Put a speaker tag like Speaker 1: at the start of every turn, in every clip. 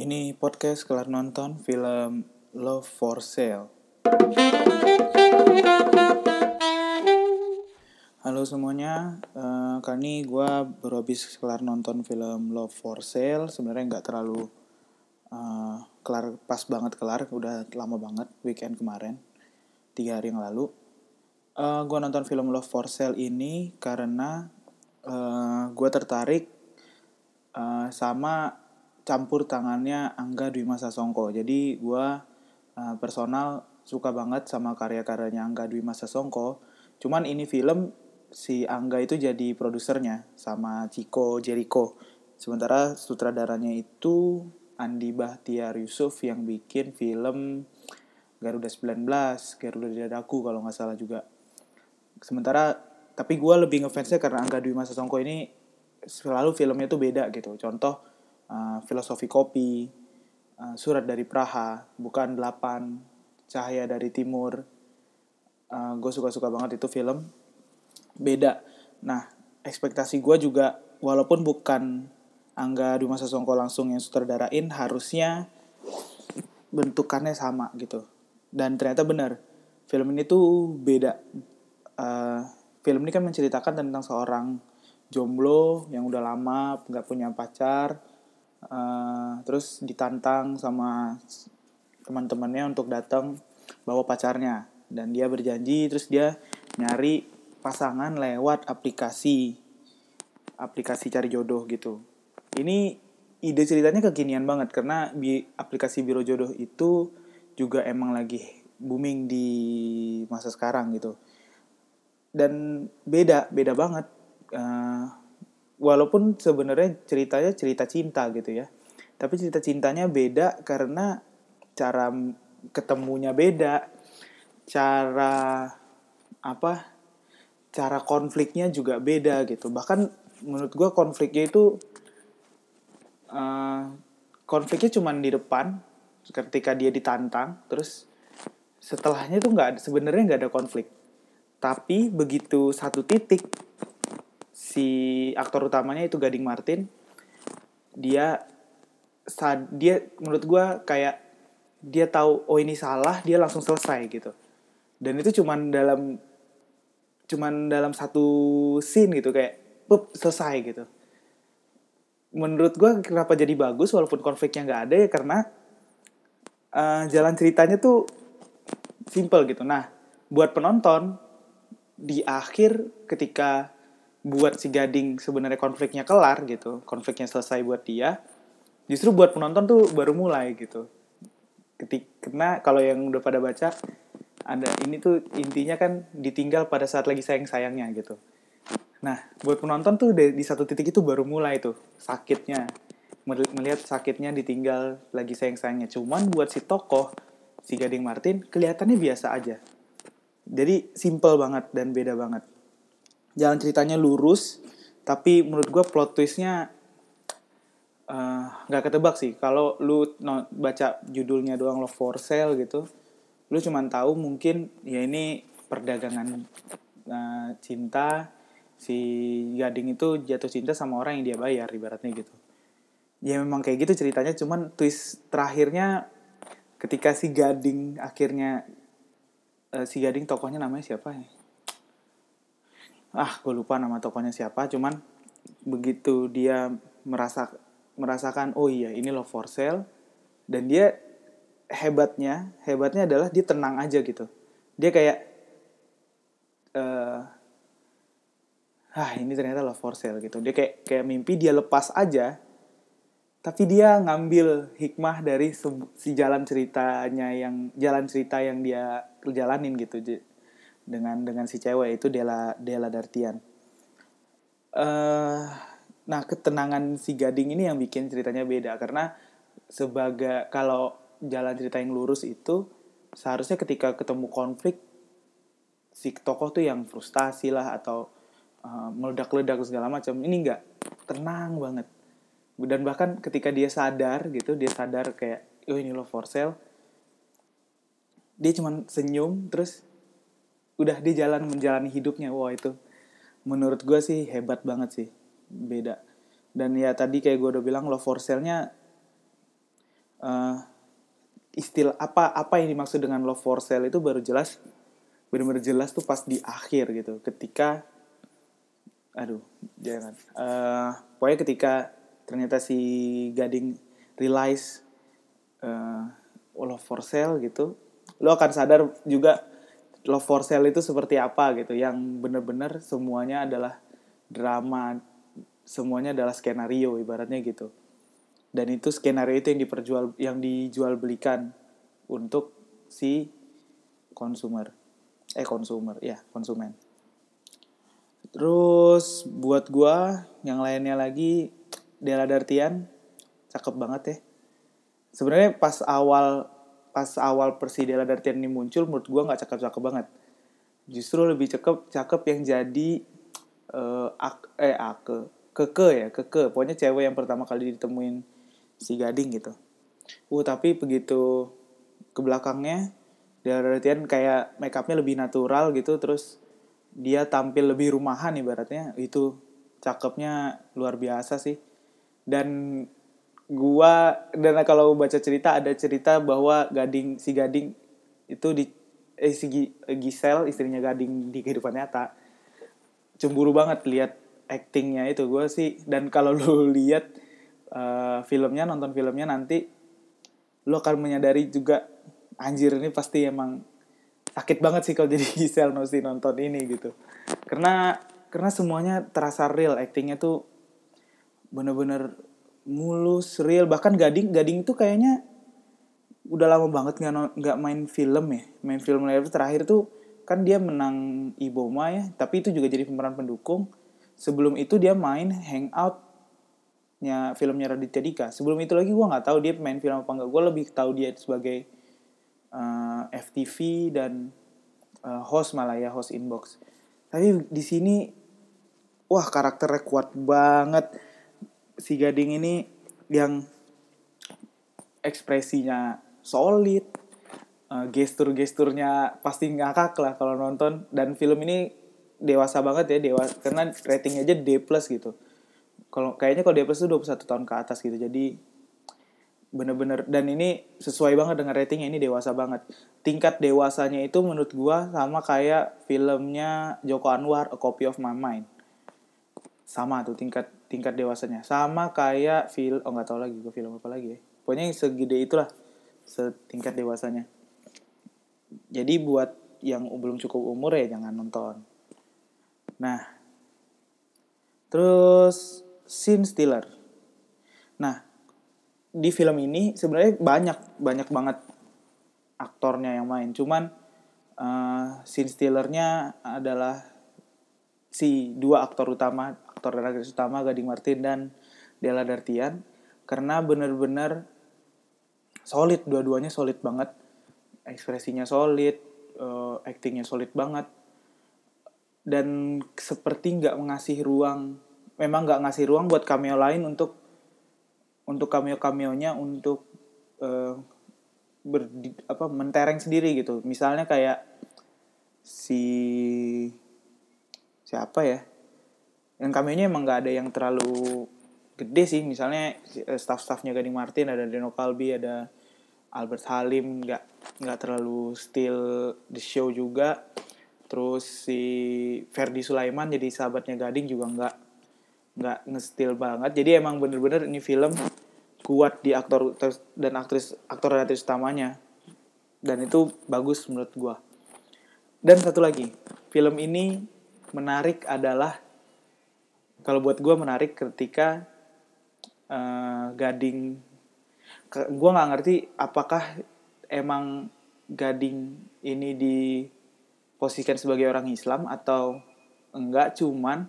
Speaker 1: Ini podcast kelar nonton film Love for Sale. Halo semuanya, kali ini gue baru habis kelar nonton film Love for Sale. Sebenarnya nggak terlalu kelar, pas banget kelar, udah lama banget, weekend kemarin, 3 hari yang lalu. Gue nonton film Love for Sale ini karena gue tertarik sama campur tangannya Angga Dwi Masa Songko. Jadi gue personal suka banget sama karya-karyanya Angga Dwi Masa Songko. Cuman ini film si Angga itu jadi produsernya sama Chico Jericho. Sementara sutradaranya itu Andi Bahtiar Yusuf yang bikin film Garuda 19, Garuda di Dadaku kalau nggak salah juga. Sementara tapi gue lebih ngefansnya karena Angga Dwi Masa Songko ini selalu filmnya tuh beda gitu. Contoh Filosofi Kopi, Surat dari Praha, Bukan 8, Cahaya dari Timur. Gue suka-suka banget itu film. Beda. Nah, ekspektasi gue juga, walaupun bukan Angga Dwi Masa Songko langsung yang sutradarain, harusnya bentukannya sama gitu. Dan ternyata benar, film ini tuh beda. Film ini kan menceritakan tentang seorang jomblo yang udah lama gak punya pacar, terus ditantang sama teman-temannya untuk datang bawa pacarnya, dan dia berjanji, terus dia nyari pasangan lewat aplikasi cari jodoh gitu. Ini ide ceritanya kekinian banget karena aplikasi biro jodoh itu juga emang lagi booming di masa sekarang gitu. Dan beda banget. Walaupun sebenarnya ceritanya cerita cinta gitu ya, tapi cerita cintanya beda karena cara ketemunya beda, cara konfliknya juga beda gitu. Bahkan menurut gue konfliknya cuma di depan ketika dia ditantang, terus setelahnya tuh sebenarnya nggak ada konflik. Tapi begitu satu titik, si aktor utamanya itu Gading Martin, dia menurut gue kayak dia tahu oh ini salah, dia langsung selesai gitu. Dan itu cuman dalam satu scene gitu, kayak selesai gitu. Menurut gue kenapa jadi bagus walaupun konfliknya nggak ada ya karena jalan ceritanya tuh simple gitu. Nah, buat penonton di akhir ketika buat si Gading sebenarnya konfliknya kelar gitu, konfliknya selesai buat dia, justru buat penonton tuh baru mulai gitu. Karena kalau yang udah pada baca, ada ini tuh intinya kan ditinggal pada saat lagi sayang-sayangnya gitu. Nah, buat penonton tuh di satu titik itu baru mulai tuh sakitnya, melihat sakitnya ditinggal lagi sayang-sayangnya. Cuman buat si tokoh, si Gading Martin, kelihatannya biasa aja. Jadi simple banget dan beda banget. Jalan ceritanya lurus, tapi menurut gue plot twistnya gak ketebak sih. Kalau lu baca judulnya doang Love for Sale gitu, lu cuman tahu mungkin ya ini perdagangan cinta. Si Gading itu jatuh cinta sama orang yang dia bayar, ibaratnya gitu. Ya memang kayak gitu ceritanya, cuman twist terakhirnya ketika si Gading akhirnya si Gading tokohnya namanya siapa ya? Gue lupa nama tokohnya siapa, cuman begitu dia merasakan oh iya ini Love for Sale, dan dia hebatnya adalah dia tenang aja gitu. Dia kayak ini ternyata Love for Sale gitu. Dia kayak mimpi, dia lepas aja, tapi dia ngambil hikmah dari si jalan cerita yang dia jalanin gitu dengan si cewek itu Della Dartian. Nah, ketenangan si Gading ini yang bikin ceritanya beda, karena kalau jalan cerita yang lurus itu seharusnya ketika ketemu konflik si tokoh tuh yang frustasi lah atau meledak-ledak segala macam. Ini enggak, tenang banget. Dan bahkan ketika dia sadar kayak oh ini Love for Sale, dia cuma senyum terus udah dia menjalani hidupnya. Wah, itu menurut gue sih hebat banget sih, beda. Dan ya tadi kayak gue udah bilang, Love for Sale-nya eh, istilah apa yang dimaksud dengan love for sale itu baru jelas, benar-benar jelas tuh pas di akhir gitu, ketika aduh jangan pokoknya ketika ternyata si Gading realize love for sale gitu, lo akan sadar juga love for sale itu seperti apa gitu, yang benar-benar semuanya adalah drama, semuanya adalah skenario ibaratnya gitu. Dan itu skenario itu yang dijual belikan untuk si konsumer konsumen. Terus buat gua yang lainnya lagi, Della Dartian cakep banget ya. Sebenarnya pas awal Persi Della Dartian ini muncul, menurut gua nggak cakep-cakep banget. Justru lebih cakep yang jadi Keke. Pokoknya cewek yang pertama kali ditemuin si Gading gitu. Tapi begitu ke belakangnya, dia artian kayak make upnya lebih natural gitu, terus dia tampil lebih rumahan ibaratnya, itu cakepnya luar biasa sih. Dan kalau baca cerita, ada cerita bahwa si Gading itu Giselle, istrinya Gading di kehidupan nyata, cemburu banget lihat actingnya itu gue sih. Dan kalau lu lihat nonton filmnya nanti, lu akan menyadari juga, anjir ini pasti emang sakit banget sih kalau jadi Giselle Nossi nonton ini gitu. Karena semuanya terasa real, actingnya tuh bener-bener mulus, real. Bahkan Gading itu kayaknya udah lama banget nggak main film ya. Main film live terakhir tuh kan dia menang Iboma ya, tapi itu juga jadi pemeran pendukung. Sebelum itu dia main Hangout-nya filmnya Raditya Dika. Sebelum itu lagi gue nggak tahu dia main film apa nggak. Gue lebih tahu dia sebagai FTV dan host inbox. Tapi di sini karakternya kuat banget si Gading ini, yang ekspresinya solid, gestur-gesturnya pasti ngakak lah kalau nonton. Dan film ini dewasa banget ya, karena ratingnya aja D+ gitu. Kalau D+ itu 21 tahun ke atas gitu. Jadi bener-bener, dan ini sesuai banget dengan ratingnya, ini dewasa banget. Tingkat dewasanya itu menurut gua sama kayak filmnya Joko Anwar, A Copy of My Mind. Sama tuh tingkat dewasanya. Sama kayak nggak tahu lagi gua film apa lagi ya. Pokoknya segede itulah setingkat dewasanya. Jadi buat yang belum cukup umur ya jangan nonton. Nah, terus Scene Stealer. Nah, di film ini sebenarnya banyak banget aktornya yang main. Cuman Scene Stealer-nya adalah si dua aktor dan aktris utama, Gading Martin dan Della Dartian. Karena bener-bener solid, dua-duanya solid banget. Ekspresinya solid, actingnya solid banget. Dan seperti nggak ngasih ruang buat cameo lain untuk cameo-cameonya untuk mentereng sendiri gitu. Misalnya kayak siapa ya, yang cameo-nya emang nggak ada yang terlalu gede sih. Misalnya staff-staffnya Gading Martin, ada Deno Kalbi, ada Albert Halim, nggak terlalu steal the show juga. Terus si Ferdi Sulaiman jadi sahabatnya Gading juga nggak nge-steal banget. Jadi emang bener-bener ini film kuat di aktor dan aktris utamanya, dan itu bagus menurut gue. Dan satu lagi, film ini menarik adalah, kalau buat gue menarik ketika Gading, gue nggak ngerti apakah emang Gading ini diposisikan sebagai orang Islam atau enggak, cuman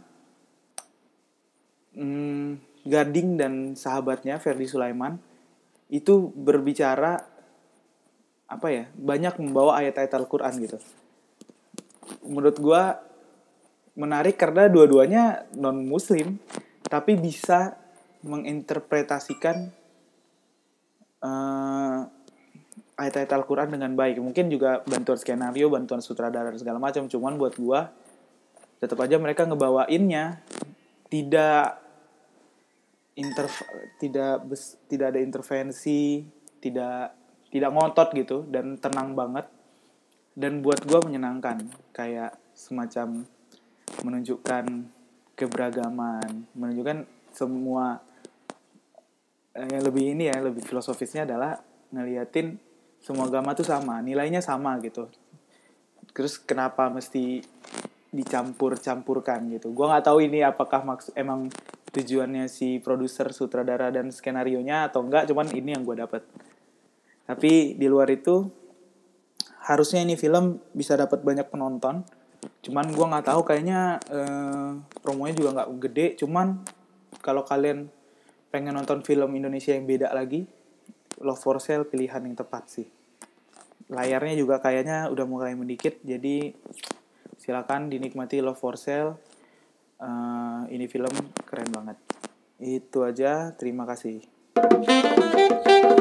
Speaker 1: Gading dan sahabatnya Ferdi Sulaiman itu berbicara banyak membawa ayat-ayat Al-Quran gitu. Menurut gue menarik karena dua-duanya non-muslim tapi bisa menginterpretasikan ayat-ayat Al-Quran dengan baik. Mungkin juga bantuan skenario, bantuan sutradara dan segala macam. Cuman buat gue tetap aja mereka ngebawainnya tidak ada intervensi, tidak ngotot gitu dan tenang banget, dan buat gue menyenangkan, kayak semacam menunjukkan keberagaman, menunjukkan semua yang lebih ini ya, lebih filosofisnya adalah ngeliatin semua agama tuh sama, nilainya sama gitu. Terus kenapa mesti dicampur-campurkan gitu? Gue nggak tahu ini apakah emang tujuannya si produser, sutradara dan skenario nya atau enggak, cuman ini yang gue dapat. Tapi di luar itu harusnya ini film bisa dapat banyak penonton. Cuman gue nggak tahu, kayaknya promonya juga nggak gede. Cuman kalau kalian pengen nonton film Indonesia yang beda lagi, Love for Sale pilihan yang tepat sih. Layarnya juga kayaknya udah mulai mendikit, jadi silakan dinikmati Love for Sale. Ini film keren banget. Itu aja, terima kasih.